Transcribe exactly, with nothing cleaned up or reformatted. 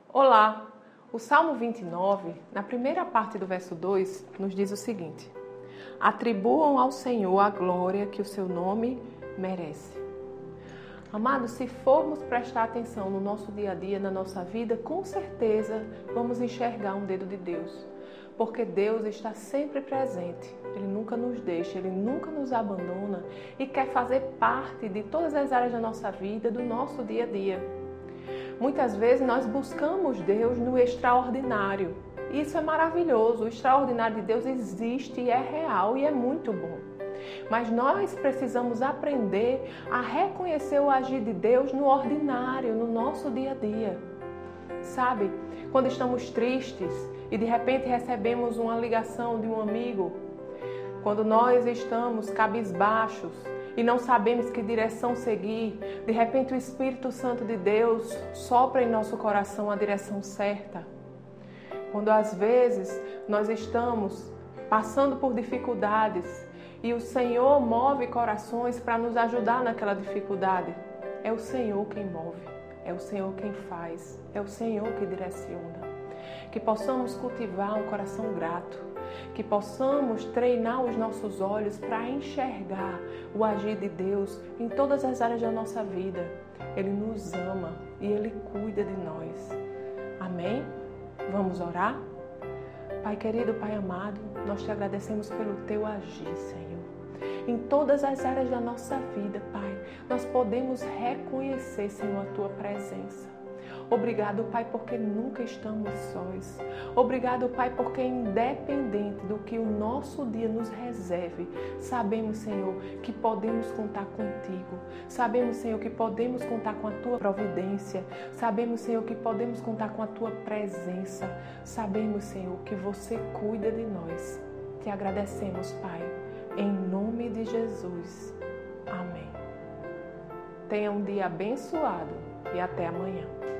Olá! O Salmo vinte e nove, na primeira parte do verso dois, nos diz o seguinte: atribuam ao Senhor a glória que o seu nome merece. Amados, se formos prestar atenção no nosso dia a dia, na nossa vida, com certeza vamos enxergar um dedo de Deus. Porque Deus está sempre presente, Ele nunca nos deixa, Ele nunca nos abandona e quer fazer parte de todas as áreas da nossa vida, do nosso dia a dia. Muitas vezes nós buscamos Deus no extraordinário. E isso é maravilhoso, o extraordinário de Deus existe e é real e é muito bom. Mas nós precisamos aprender a reconhecer o agir de Deus no ordinário, no nosso dia a dia. Sabe, quando estamos tristes e de repente recebemos uma ligação de um amigo, quando nós estamos cabisbaixos e não sabemos que direção seguir, de repente o Espírito Santo de Deus sopra em nosso coração a direção certa. Quando às vezes nós estamos passando por dificuldades e o Senhor move corações para nos ajudar naquela dificuldade, é o Senhor quem move, é o Senhor quem faz, é o Senhor que direciona. Que possamos cultivar um coração grato, que possamos treinar os nossos olhos para enxergar o agir de Deus em todas as áreas da nossa vida. Ele nos ama e Ele cuida de nós. Amém? Vamos orar? Pai querido, Pai amado, nós te agradecemos pelo Teu agir, Senhor. Em todas as áreas da nossa vida, Pai, nós podemos reconhecer, Senhor, a Tua presença. Obrigado, Pai, porque nunca estamos sós. Obrigado, Pai, porque independente do que o nosso dia nos reserve, sabemos, Senhor, que podemos contar contigo. Sabemos, Senhor, que podemos contar com a Tua providência. Sabemos, Senhor, que podemos contar com a Tua presença. Sabemos, Senhor, que você cuida de nós. Te agradecemos, Pai, em nome de Jesus. Amém. Tenha um dia abençoado e até amanhã.